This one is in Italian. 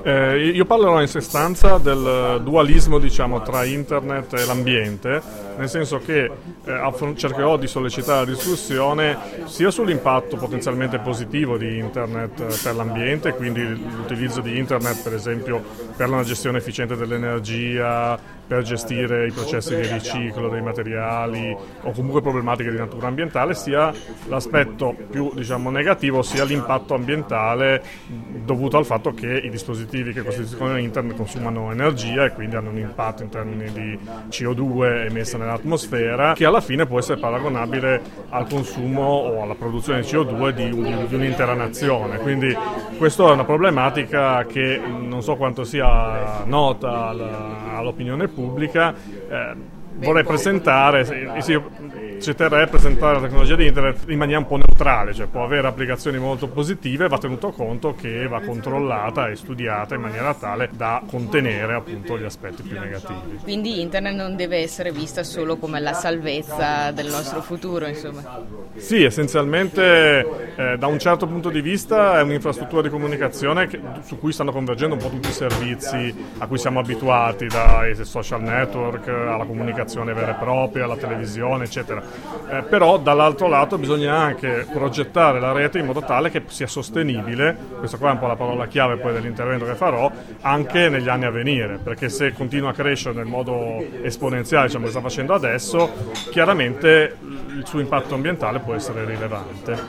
Io parlerò in sostanza del dualismo, diciamo, tra internet e l'ambiente, nel senso che cercherò di sollecitare la discussione sia sull'impatto potenzialmente positivo di internet per l'ambiente, quindi l'utilizzo di internet per esempio per una gestione efficiente dell'energia, per gestire i processi di riciclo dei materiali o comunque problematiche di natura ambientale, sia l'aspetto più, diciamo, negativo, sia l'impatto ambientale dovuto al fatto che i dispositivi che costituiscono internet consumano energia e quindi hanno un impatto in termini di CO2 emessa nell'atmosfera, che alla fine può essere paragonabile al consumo o alla produzione di CO2 di un'intera nazione. Quindi questa è una problematica che non so quanto sia nota all'opinione pubblica. Vorrei presentare, ci terrei a presentare la tecnologia di internet in maniera un po' neutrale, cioè può avere applicazioni molto positive, va tenuto conto che va controllata e studiata in maniera tale da contenere appunto gli aspetti più negativi. Quindi internet non deve essere vista solo come la salvezza del nostro futuro, insomma. Sì, essenzialmente da un certo punto di vista è un'infrastruttura di comunicazione su cui stanno convergendo un po' tutti i servizi a cui siamo abituati, dai social network alla comunicazione vera e propria, alla televisione, eccetera. Però dall'altro lato bisogna anche progettare la rete in modo tale che sia sostenibile, questa qua è un po' la parola chiave poi dell'intervento che farò, anche negli anni a venire, perché se continua a crescere nel modo esponenziale, diciamo, che sta facendo adesso, chiaramente il suo impatto ambientale può essere rilevante.